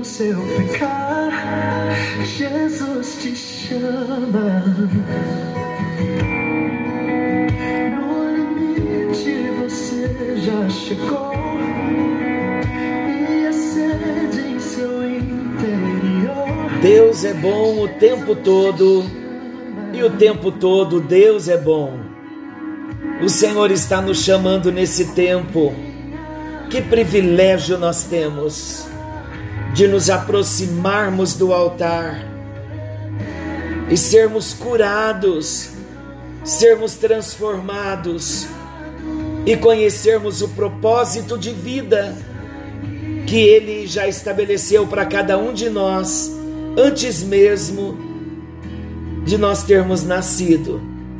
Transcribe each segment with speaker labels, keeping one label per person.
Speaker 1: se eu pecar, Jesus te chama. No limite você já chegou, e a sede em seu interior.
Speaker 2: Deus é bom o tempo todo, e o tempo todo Deus é bom. O Senhor está nos chamando nesse tempo. Que privilégio nós temos de nos aproximarmos do altar e sermos curados, sermos transformados e conhecermos o propósito de vida que Ele já estabeleceu para cada um de nós, antes mesmo de nós termos nascido.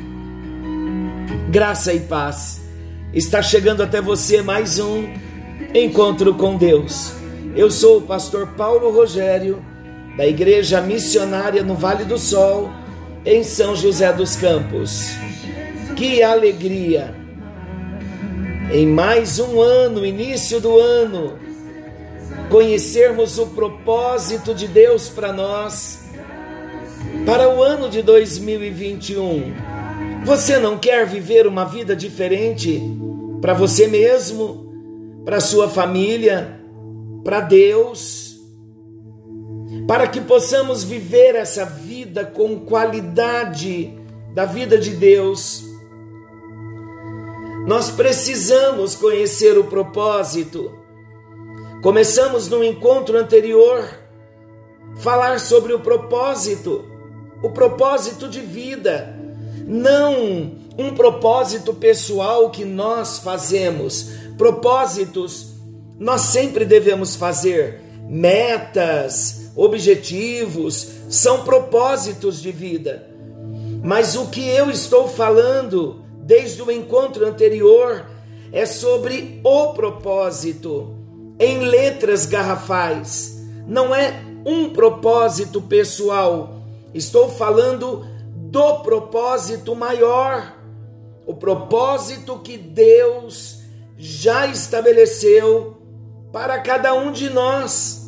Speaker 2: Graça e paz. Está chegando até você mais um Encontro com Deus. Eu sou o pastor Paulo Rogério, da Igreja Missionária no Vale do Sol, em São José dos Campos. Que alegria! Em mais um ano, início do ano, conhecermos o propósito de Deus para nós, para o ano de 2021. Você não quer viver uma vida diferente para você mesmo, para sua família, para Deus, para que possamos viver essa vida com qualidade da vida de Deus? Nós precisamos conhecer o propósito. Começamos no encontro anterior falar sobre o propósito de vida, não um propósito pessoal que nós fazemos. Propósitos nós sempre devemos fazer, metas, objetivos, são propósitos de vida. Mas o que eu estou falando desde o encontro anterior é sobre o propósito, em letras garrafais. Não é um propósito pessoal, estou falando do propósito maior, o propósito que Deus já estabeleceu para cada um de nós.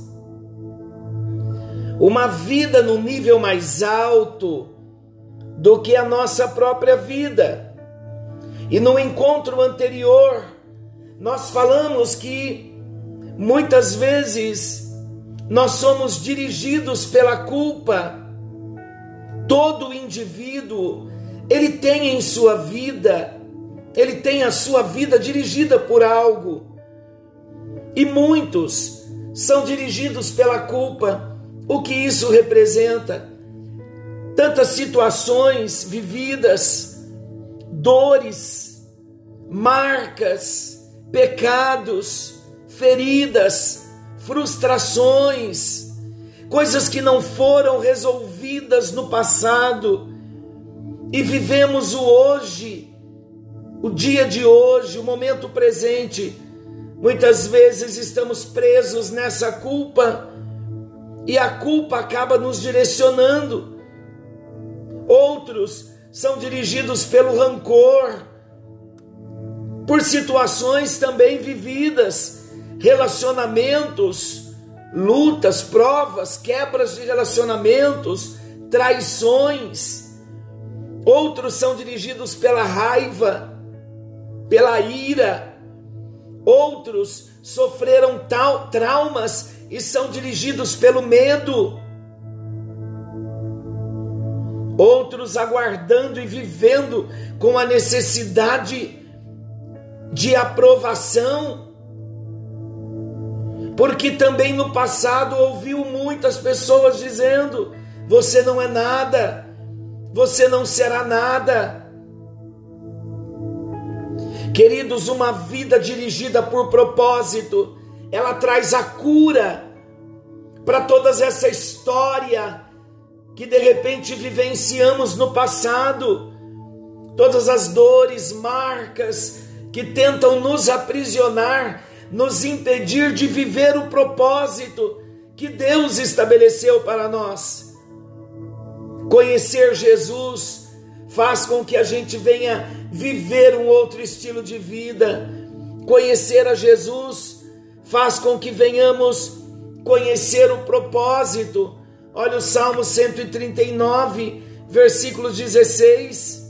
Speaker 2: Uma vida no nível mais alto do que a nossa própria vida. E no encontro anterior, nós falamos que muitas vezes nós somos dirigidos pela culpa. Todo indivíduo, ele tem em sua vida, ele tem a sua vida dirigida por algo. E muitos são dirigidos pela culpa. O que isso representa? Tantas situações vividas, dores, marcas, pecados, feridas, frustrações, coisas que não foram resolvidas no passado, e vivemos o hoje, o dia de hoje, o momento presente. Muitas vezes estamos presos nessa culpa, e a culpa acaba nos direcionando. Outros são dirigidos pelo rancor, por situações também vividas, relacionamentos, lutas, provas, quebras de relacionamentos, traições. Outros são dirigidos pela raiva, pela ira. Outros sofreram traumas e são dirigidos pelo medo. Outros aguardando e vivendo com a necessidade de aprovação, porque também no passado ouviu muitas pessoas dizendo: você não é nada, você não será nada. Queridos, uma vida dirigida por propósito, ela traz a cura para toda essa história que de repente vivenciamos no passado, todas as dores, marcas que tentam nos aprisionar, nos impedir de viver o propósito que Deus estabeleceu para nós. Conhecer Jesus faz com que a gente venha viver um outro estilo de vida. Conhecer a Jesus faz com que venhamos conhecer o propósito. Olha o Salmo 139, versículo 16.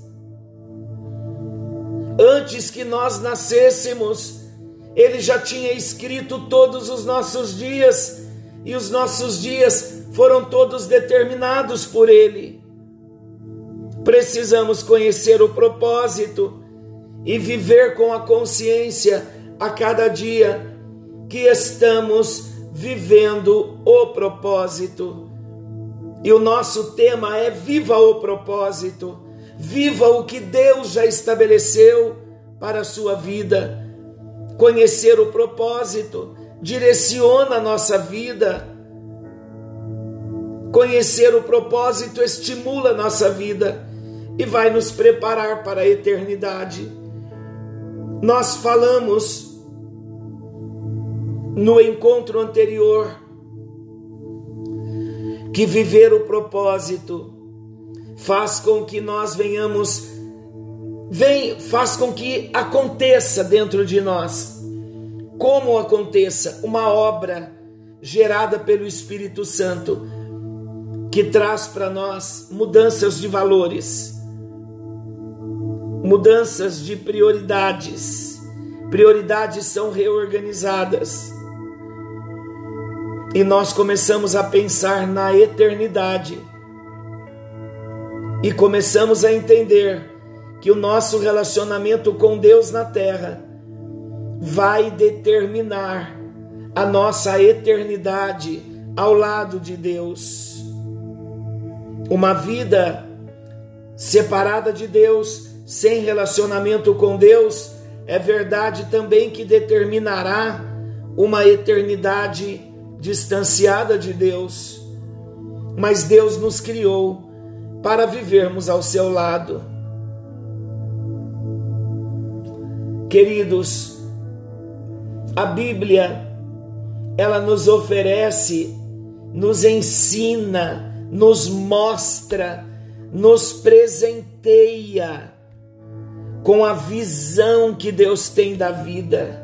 Speaker 2: Antes que nós nascêssemos, Ele já tinha escrito todos os nossos dias, e os nossos dias foram todos determinados por Ele. Precisamos conhecer o propósito e viver com a consciência a cada dia que estamos vivendo o propósito. E o nosso tema é: viva o propósito, viva o que Deus já estabeleceu para a sua vida. Conhecer o propósito direciona a nossa vida. Conhecer o propósito estimula a nossa vida e vai nos preparar para a eternidade. Nós falamos no encontro anterior que viver o propósito faz com que nós faz com que aconteça dentro de nós. Como aconteça? Uma obra gerada pelo Espírito Santo, que traz para nós mudanças de valores, mudanças de prioridades. Prioridades são reorganizadas. E nós começamos a pensar na eternidade. E começamos a entender que o nosso relacionamento com Deus na terra vai determinar a nossa eternidade ao lado de Deus. Uma vida separada de Deus, sem relacionamento com Deus, é verdade também que determinará uma eternidade distanciada de Deus. Mas Deus nos criou para vivermos ao seu lado. Queridos, a Bíblia, ela nos oferece, nos ensina, nos mostra, nos presenteia com a visão que Deus tem da vida.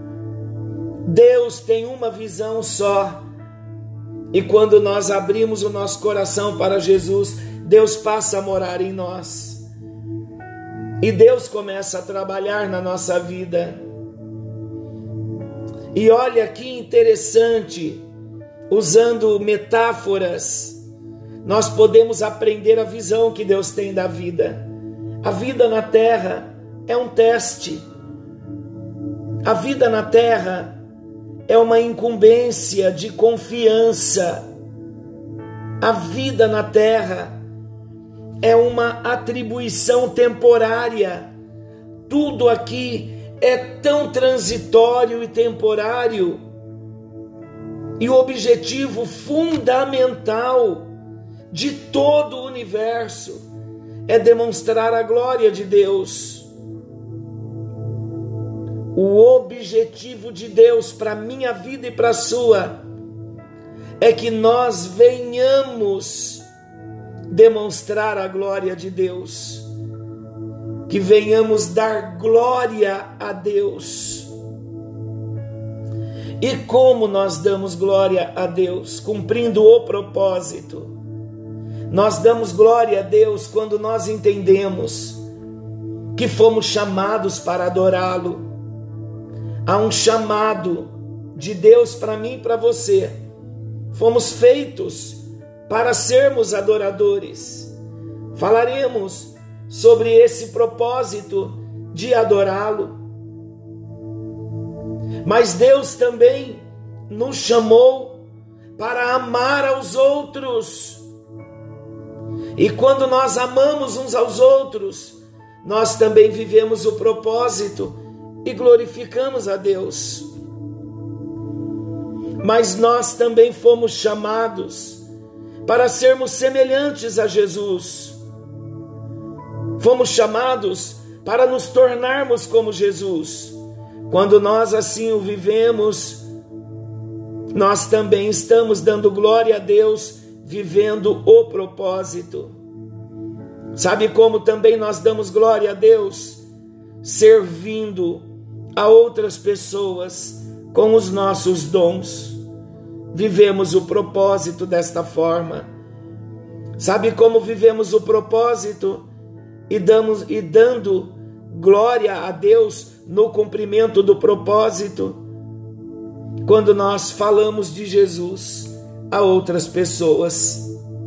Speaker 2: Deus tem uma visão só. E quando nós abrimos o nosso coração para Jesus, Deus passa a morar em nós. E Deus começa a trabalhar na nossa vida. E olha que interessante, usando metáforas, nós podemos aprender a visão que Deus tem da vida. A vida na terra é um teste. A vida na terra é uma incumbência de confiança. A vida na terra é uma atribuição temporária. Tudo aqui é tão transitório e temporário. E o objetivo fundamental de todo o universo é demonstrar a glória de Deus. O objetivo de Deus para a minha vida e para a sua é que nós venhamos demonstrar a glória de Deus, que venhamos dar glória a Deus. E como nós damos glória a Deus? Cumprindo o propósito. Nós damos glória a Deus quando nós entendemos que fomos chamados para adorá-lo. Há um chamado de Deus para mim e para você. Fomos feitos para sermos adoradores. Falaremos sobre esse propósito de adorá-lo. Mas Deus também nos chamou para amar aos outros. E quando nós amamos uns aos outros, nós também vivemos o propósito e glorificamos a Deus. Mas nós também fomos chamados para sermos semelhantes a Jesus. Fomos chamados para nos tornarmos como Jesus. Quando nós assim o vivemos, nós também estamos dando glória a Deus, vivendo o propósito. Sabe como também nós damos glória a Deus? Servindo a outras pessoas com os nossos dons. vivemos o propósito desta forma? Sabe como vivemos o propósito? E dando glória a Deus no cumprimento do propósito, quando nós falamos de Jesus a outras pessoas.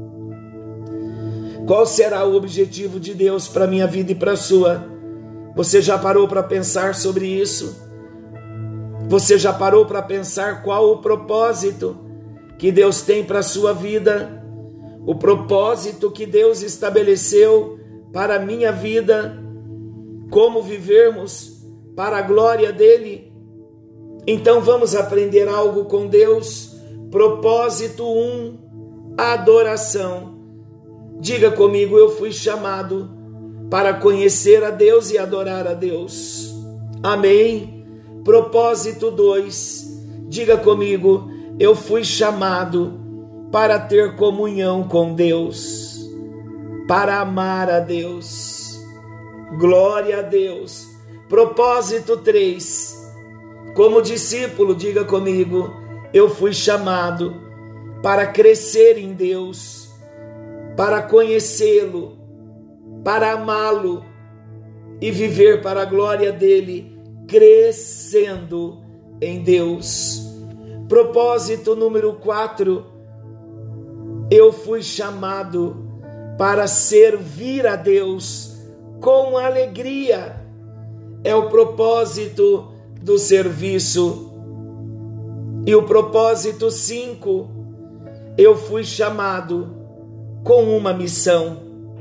Speaker 2: Qual será o objetivo de Deus para a minha vida e para a sua? Você já parou para pensar sobre isso? Você já parou para pensar qual o propósito que Deus tem para a sua vida? O propósito que Deus estabeleceu para a minha vida? Como vivermos para a glória dele? Então vamos aprender algo com Deus. Propósito 1, adoração. Diga comigo: eu fui chamado para conhecer a Deus e adorar a Deus. Amém? Propósito 2, diga comigo: eu fui chamado para ter comunhão com Deus, para amar a Deus. Glória a Deus. Propósito 3, como discípulo, diga comigo: eu fui chamado para crescer em Deus, para conhecê-lo, para amá-lo e viver para a glória dele, crescendo em Deus. Propósito número 4, eu fui chamado para servir a Deus com alegria. É o propósito do serviço. E o propósito 5, eu fui chamado com uma missão.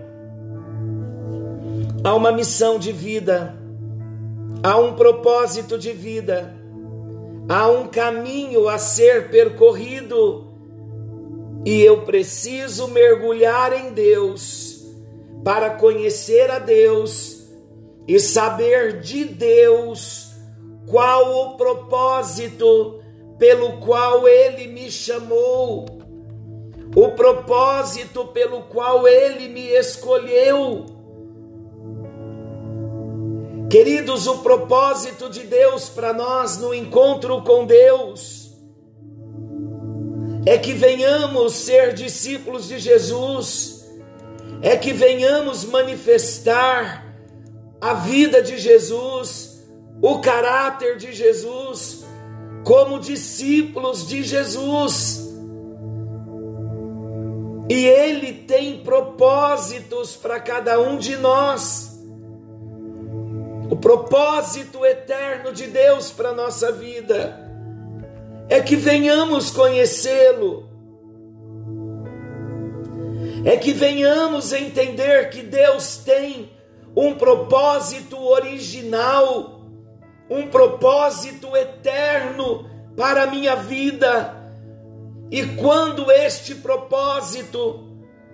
Speaker 2: Há uma missão de vida, há um propósito de vida, há um caminho a ser percorrido, e eu preciso mergulhar em Deus para conhecer a Deus e saber de Deus qual o propósito pelo qual Ele me chamou, o propósito pelo qual Ele me escolheu. Queridos, o propósito de Deus para nós no encontro com Deus é que venhamos ser discípulos de Jesus, é que venhamos manifestar a vida de Jesus, o caráter de Jesus, como discípulos de Jesus. E Ele tem propósitos para cada um de nós. O propósito eterno de Deus para a nossa vida é que venhamos conhecê-lo, é que venhamos entender que Deus tem um propósito original, um propósito eterno para a minha vida. E quando este propósito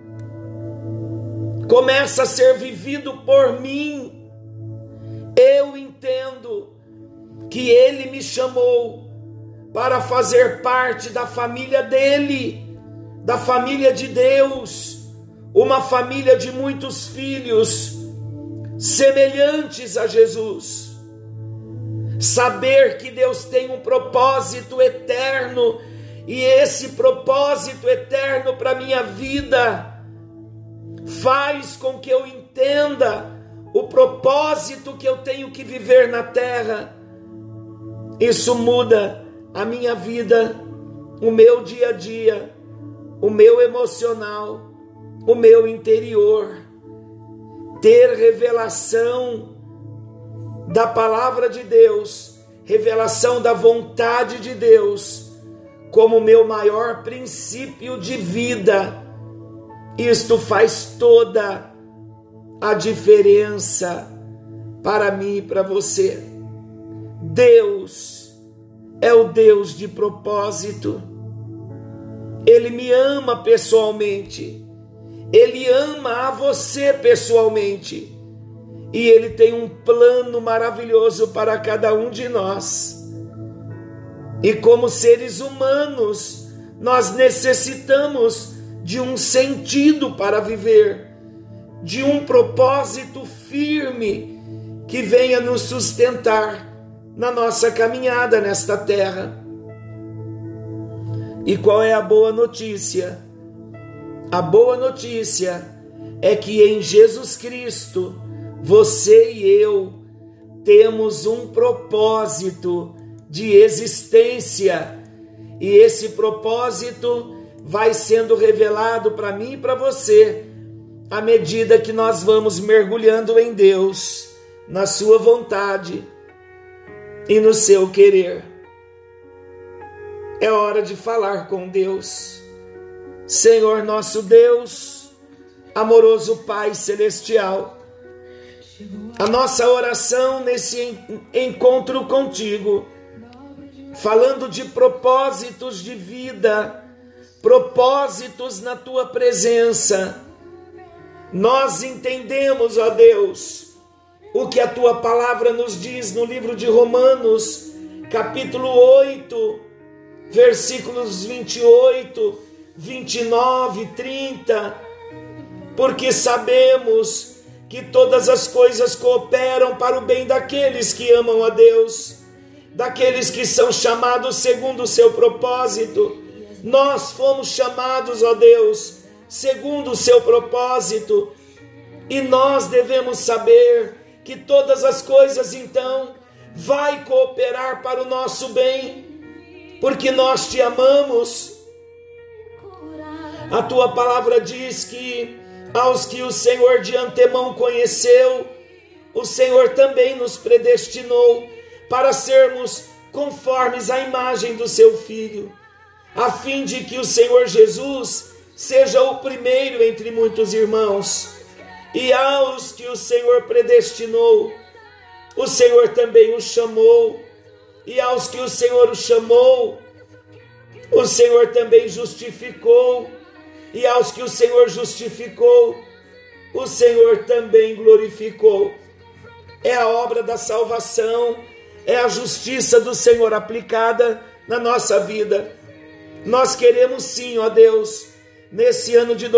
Speaker 2: começa a ser vivido por mim, eu entendo que Ele me chamou para fazer parte da família dEle, da família de Deus, uma família de muitos filhos semelhantes a Jesus. Saber que Deus tem um propósito eterno, e esse propósito eterno para a minha vida faz com que eu entenda o propósito que eu tenho que viver na terra. Isso muda a minha vida, o meu dia a dia, o meu emocional, o meu interior. Ter revelação da palavra de Deus, revelação da vontade de Deus, como meu maior princípio de vida. Isto faz toda a diferença para mim e para você. Deus é o Deus de propósito. Ele me ama pessoalmente. Ele ama a você pessoalmente. E Ele tem um plano maravilhoso para cada um de nós. E como seres humanos, nós necessitamos de um sentido para viver, de um propósito firme que venha nos sustentar na nossa caminhada nesta terra. E qual é a boa notícia? A boa notícia é que em Jesus Cristo, você e eu temos um propósito de existência. E esse propósito vai sendo revelado para mim e para você à medida que nós vamos mergulhando em Deus, na sua vontade e no seu querer. É hora de falar com Deus. Senhor nosso Deus, amoroso Pai Celestial, a nossa oração nesse encontro contigo, falando de propósitos de vida, propósitos na tua presença, nós entendemos, ó Deus, o que a tua palavra nos diz no livro de Romanos, capítulo 8, versículos 28, 29, 30, porque sabemos que todas as coisas cooperam para o bem daqueles que amam a Deus, daqueles que são chamados segundo o seu propósito. Nós fomos chamados, ó Deus, segundo o seu propósito, e nós devemos saber que todas as coisas, então, vai cooperar para o nosso bem, porque nós te amamos. A tua palavra diz que aos que o Senhor de antemão conheceu, o Senhor também nos predestinou para sermos conformes à imagem do seu Filho, a fim de que o Senhor Jesus seja o primeiro entre muitos irmãos. E aos que o Senhor predestinou, o Senhor também os chamou. E aos que o Senhor os chamou, o Senhor também justificou. E aos que o Senhor justificou, o Senhor também glorificou. É a obra da salvação, é a justiça do Senhor aplicada na nossa vida. Nós queremos sim, ó Deus, nesse ano de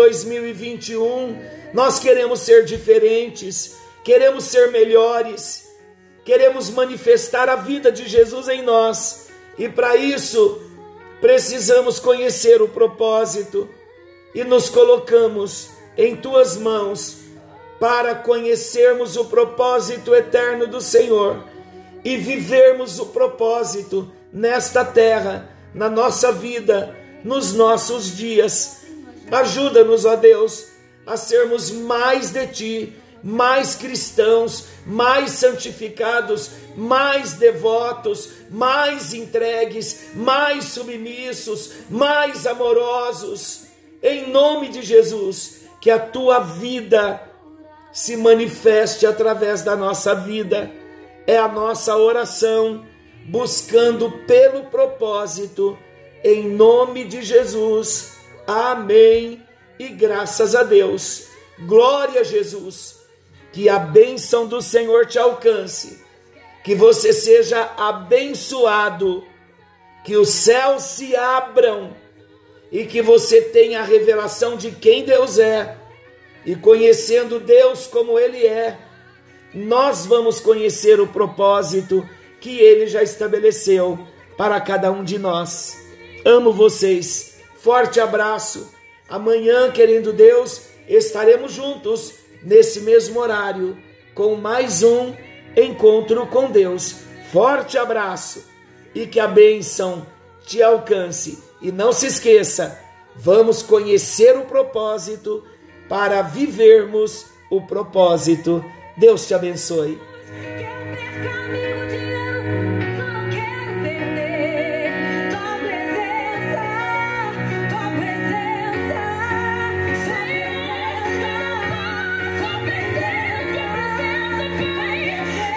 Speaker 2: 2021, nós queremos ser diferentes, queremos ser melhores, queremos manifestar a vida de Jesus em nós. E para isso, precisamos conhecer o propósito. E nos colocamos em tuas mãos para conhecermos o propósito eterno do Senhor e vivermos o propósito nesta terra, na nossa vida, nos nossos dias. Ajuda-nos, ó Deus, a sermos mais de Ti, mais cristãos, mais santificados, mais devotos, mais entregues, mais submissos, mais amorosos. Em nome de Jesus, que a Tua vida se manifeste através da nossa vida. É a nossa oração, buscando pelo propósito, em nome de Jesus. Amém e graças a Deus. Glória a Jesus. Que a bênção do Senhor te alcance, que você seja abençoado, que os céus se abram e que você tenha a revelação de quem Deus é. E conhecendo Deus como Ele é, nós vamos conhecer o propósito que Ele já estabeleceu para cada um de nós. Amo vocês. Forte abraço. Amanhã, querendo Deus, estaremos juntos nesse mesmo horário com mais um encontro com Deus. Forte abraço e que a bênção te alcance. E não se esqueça, vamos conhecer o propósito para vivermos o propósito. Deus te abençoe.